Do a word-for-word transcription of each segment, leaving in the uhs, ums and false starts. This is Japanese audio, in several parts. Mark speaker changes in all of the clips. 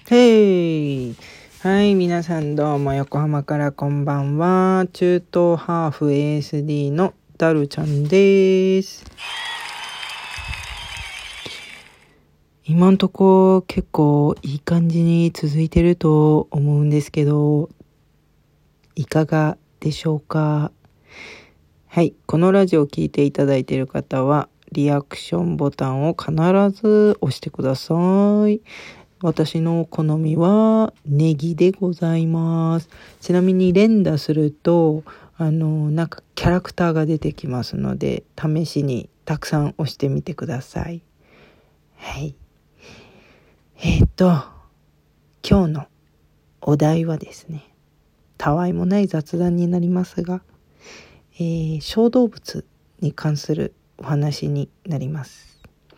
Speaker 1: へい。はい、皆さんどうも横浜からこんばんは。中東ハーフ エーエスディー のダルちゃんです。今んとこ結構いい感じに続いてると思うんですけど、いかがでしょうか。はい、このラジオを聞いていただいている方はリアクションボタンを必ず押してください。私の好みはネギでございます。ちなみに連打するとあのなんかキャラクターが出てきますので、試しにたくさん押してみてください。はい。えー、っと今日のお題はですね、たわいもない雑談になりますが、えー、小動物に関するお話になります。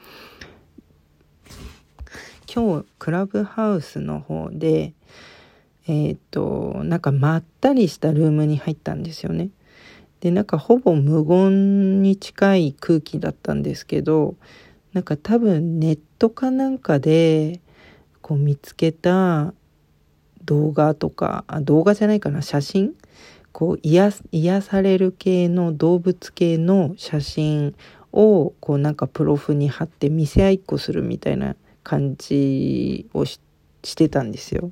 Speaker 1: 今日クラブハウスの方でえっとなんかまったりしたルームに入ったんですよね。でなんかほぼ無言に近い空気だったんですけど、なんか多分ネットかなんかでこう見つけた動画とか、あ動画じゃないかな、写真、こう癒癒される系の動物系の写真をこうなんかプロフに貼って見せ合いっこするみたいな感じを し, してたんですよ。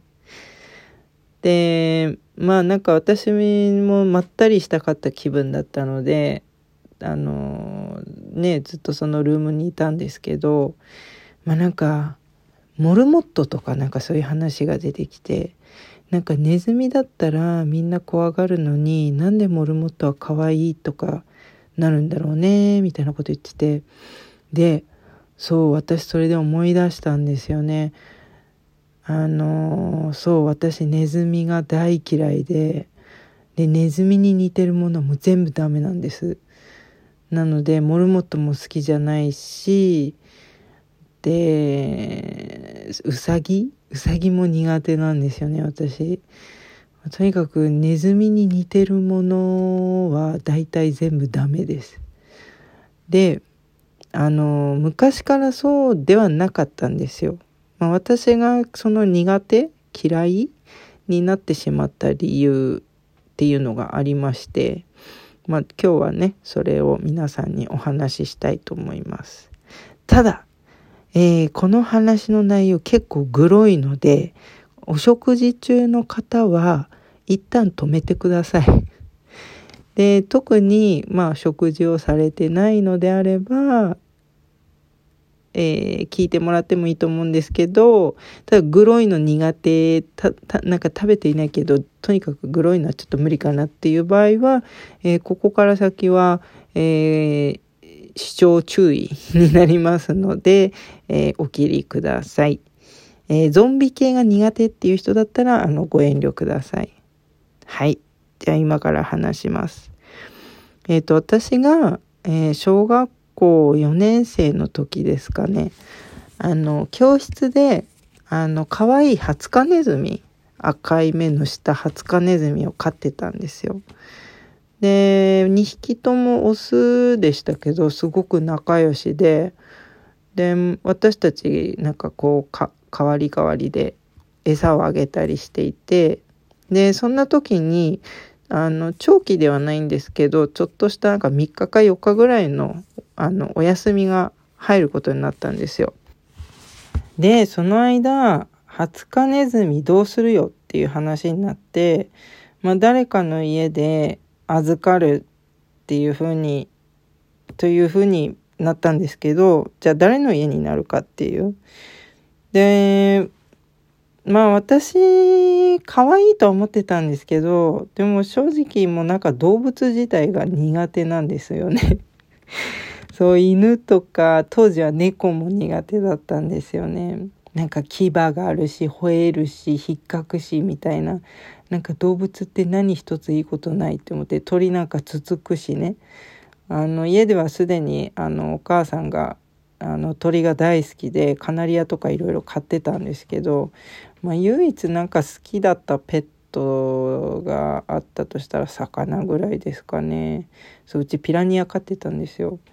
Speaker 1: でまあなんか私もまったりしたかった気分だったので、あのねずっとそのルームにいたんですけど、まあなんかモルモットとかなんかそういう話が出てきて、なんかネズミだったらみんな怖がるのに、なんでモルモットは可愛いとかなるんだろうねみたいなこと言ってて、でそう私それで思い出したんですよね。あのー、そう私ネズミが大嫌いで、でネズミに似てるものはもう全部ダメなんです。なのでモルモットも好きじゃないし、でウサギウサギも苦手なんですよね私。とにかくネズミに似てるものは大体全部ダメです。であの昔からそうではなかったんですよ。まあ、私がその苦手嫌いになってしまった理由っていうのがありまして、まあ、今日はねそれを皆さんにお話ししたいと思います。ただ、えー、この話の内容結構グロいので、お食事中の方は一旦止めてください。で特にまあ食事をされてないのであれば、えー、聞いてもらってもいいと思うんですけど、ただグロいの苦手、たたなんか食べていないけどとにかくグロいのはちょっと無理かなっていう場合は、えー、ここから先は、えー、視聴注意になりますので、えー、お切りください。えー、ゾンビ系が苦手っていう人だったらあのご遠慮ください。はい、じゃあ今から話します。えっと私が、えー、小学校よねん生の時ですかね、あの教室であの可愛いハツカネズミ、赤い目のしたハツカネズミを飼ってたんですよ。でにひきともオスでしたけどすごく仲良しで、で私たちなんかこうか代わり代わりで餌をあげたりしていて、でそんな時にあの長期ではないんですけど、ちょっとしたなんかみっかかよっかぐらいのあのお休みが入ることになったんですよ。でその間ハツカネズミどうするよっていう話になって、まあ、誰かの家で預かるっていう風にという風になったんですけど、じゃあ誰の家になるかっていう。でまあ私可愛いと思ってたんですけど、でも正直もうなんか動物自体が苦手なんですよね。そう犬とか当時は猫も苦手だったんですよね。なんか牙があるし吠えるし引っかくしみたいな、なんか動物って何一ついいことないって思って、鳥なんかつつくしね。あの家ではすでにあのお母さんがあの鳥が大好きでカナリアとかいろいろ飼ってたんですけど、まあ、唯一なんか好きだったペットがあったとしたら魚ぐらいですかね。そううちピラニア飼ってたんですよ。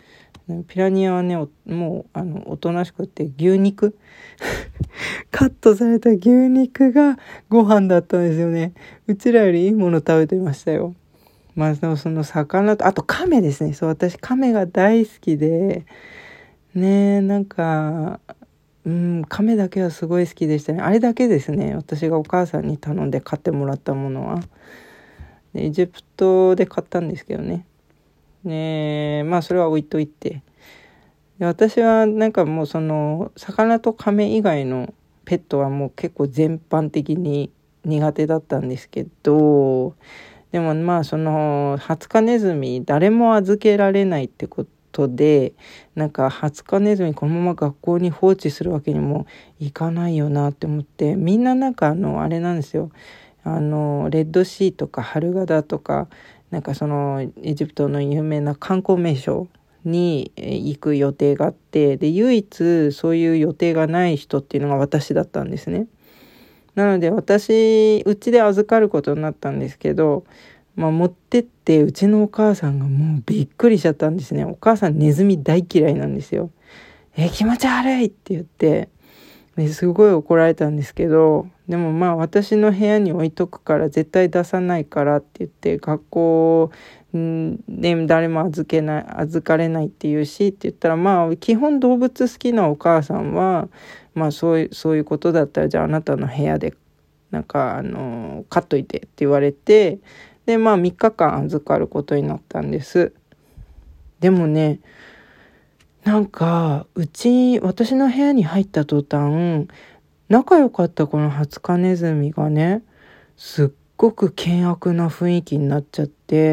Speaker 1: ピラニアはね、もうあのおとなしくって牛肉カットされた牛肉がご飯だったんですよね。うちらよりいいもの食べてましたよ。まあその魚と、あと亀ですね。そう、私亀が大好きでね、なんかうん、亀だけはすごい好きでしたね。あれだけですね、私がお母さんに頼んで買ってもらったものは。でエジプトで買ったんですけどね。ね、まあそれは置いといて、で私はなんかもうその魚と亀以外のペットはもう結構全般的に苦手だったんですけど、でもまあそのハツカネズミ誰も預けられないってことで、なんかハツカネズミこのまま学校に放置するわけにもいかないよなって思って、みんななんかあのあれなんですよ、あのレッドシーとかハルガダとか、なんかそのエジプトの有名な観光名所に行く予定があって、で唯一そういう予定がない人っていうのが私だったんですね。なので私うちで預かることになったんですけど、まあ、持ってってうちのお母さんがもうびっくりしちゃったんですね。お母さんネズミ大嫌いなんですよ。え気持ち悪いって言ってですごい怒られたんですけど、でもまあ私の部屋に置いとくから絶対出さないからって言って、学校で誰も預けない預かれないって言うしって言ったら、まあ基本動物好きなお母さんはまあそういうそういうことだったら、じゃああなたの部屋でなんかあの飼っといてって言われて、でまあみっかかん預かることになったんです。でもね、なんかうち私の部屋に入った途端、仲良かったこのハツカネズミがね、すっごく険悪な雰囲気になっちゃって、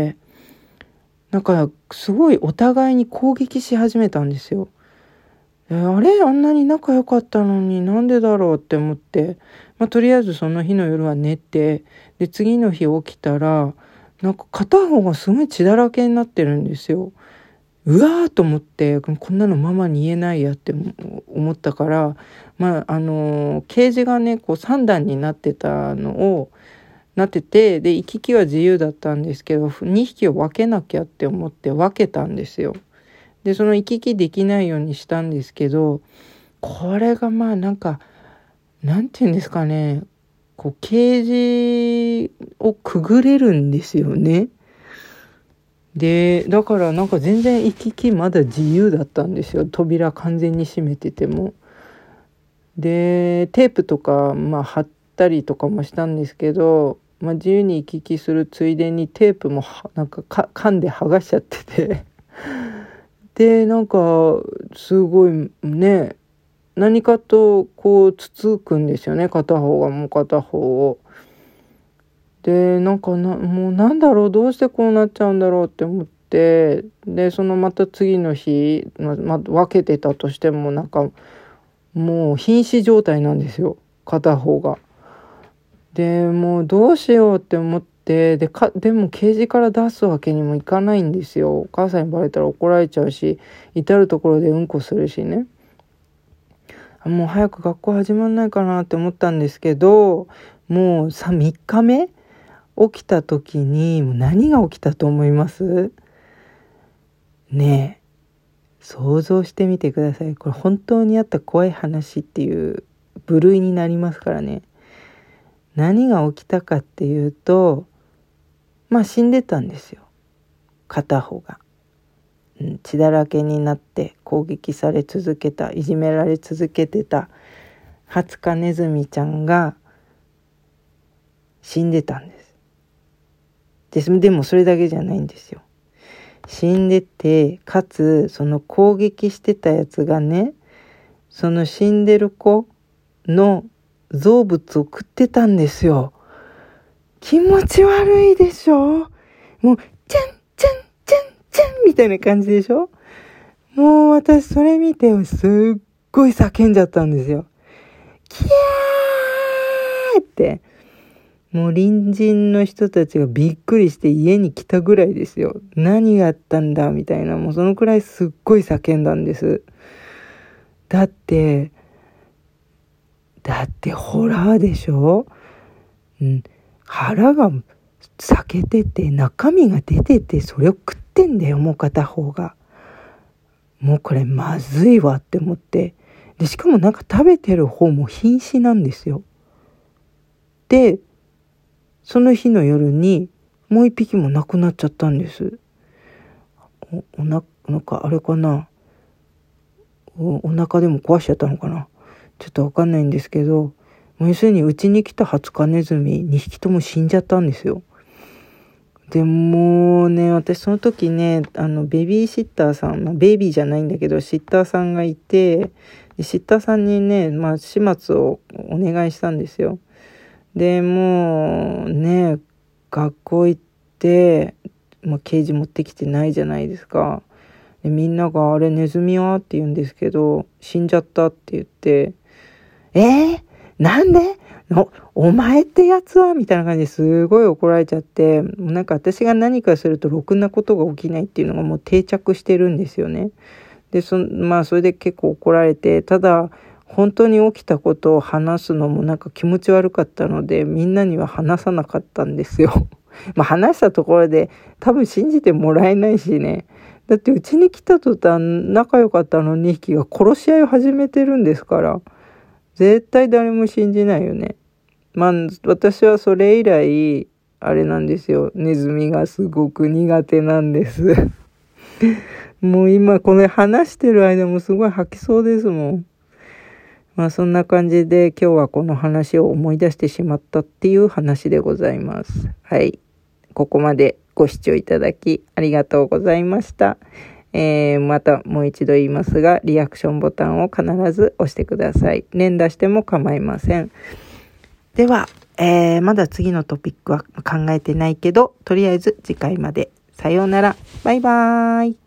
Speaker 1: なんかすごいお互いに攻撃し始めたんですよ。えあれあんなに仲良かったのになんでだろうって思って、まあ、とりあえずその日の夜は寝て、で次の日起きたらなんか片方がすごい血だらけになってるんですよ。うわーと思って、こんなのママに言えないやって思ったから、まああのケージがねこうさん段になってたのをなってて、で行き来は自由だったんですけど、にひきを分けなきゃって思って分けたんですよ。でその行き来できないようにしたんですけど、これがまあなんかなんていうんですかね、こうケージをくぐれるんですよね。でだからなんか全然行き来まだ自由だったんですよ。扉完全に閉めてても。でテープとかまあ貼ったりとかもしたんですけど、まあ、自由に行き来するついでにテープもなんかか噛んで剥がしちゃっててでなんかすごいね、何かとこうつつくんですよね、片方がもう片方を。でなんかなもうなんだろう、どうしてこうなっちゃうんだろうって思って、でそのまた次の日、まま、分けてたとしてもなんかもう瀕死状態なんですよ、片方が。でもうどうしようって思って、でかでもケージから出すわけにもいかないんですよ。お母さんにバレたら怒られちゃうし、至る所でうんこするしね。もう早く学校始まんないかなって思ったんですけど、もうさみっかめ起きた時にもう何が起きたと思いますねえ、想像してみてください。これ本当にあった怖い話っていう部類になりますからね。何が起きたかっていうと、まあ死んでたんですよ、片方が。うん、血だらけになって攻撃され続けた、いじめられ続けてたハツカネズミちゃんが死んでたんです。で、でもそれだけじゃないんですよ。死んでて、かつその攻撃してたやつがね、その死んでる子の造物を食ってたんですよ。気持ち悪いでしょ。もうチャンチャンチャンチャンみたいな感じでしょ。もう私それ見てすっごい叫んじゃったんですよ。キャーって。もう隣人の人たちがびっくりして家に来たぐらいですよ。何があったんだみたいな、もうそのくらいすっごい叫んだんです。だってだってホラーでしょ、うん、腹が裂けてて中身が出てて、それを食ってんだよ、もう片方が。 もうこれまずいわって思って、でしかもなんか食べてる方も瀕死なんですよ。でその日の夜にもう一匹も亡くなっちゃったんです。おおななんかあれかな、おお腹でも壊しちゃったのかな、ちょっとわかんないんですけど、もう要するにうちに来たハツカネズミにひきとも死んじゃったんですよ。でもうね、私その時ね、あのベビーシッターさん、まあ、ベビーじゃないんだけどシッターさんがいて、でシッターさんにね、まあ、始末をお願いしたんですよ。でもうね、学校行って、まあ、ケージ持ってきてないじゃないですか。でみんながあれネズミはって言うんですけど、死んじゃったって言って、えー、なんでのお前ってやつはみたいな感じですごい怒られちゃって、なんか私が何かするとろくなことが起きないっていうのがもう定着してるんですよね。でそまあそれで結構怒られて、ただ本当に起きたことを話すのもなんか気持ち悪かったので、みんなには話さなかったんですよ。まあ話したところで多分信じてもらえないしね。だってうちに来た途端仲良かったのにひきが殺し合いを始めてるんですから、絶対誰も信じないよね。まあ私はそれ以来あれなんですよ、ネズミがすごく苦手なんですもう今これ話してる間もすごい吐きそうですもん。まあそんな感じで今日はこの話を思い出してしまったっていう話でございます。はい、ここまでご視聴いただきありがとうございました。えー、またもう一度言いますが、リアクションボタンを必ず押してください。連打しても構いません。では、えー、まだ次のトピックは考えてないけど、とりあえず次回まで。さようなら。バイバーイ。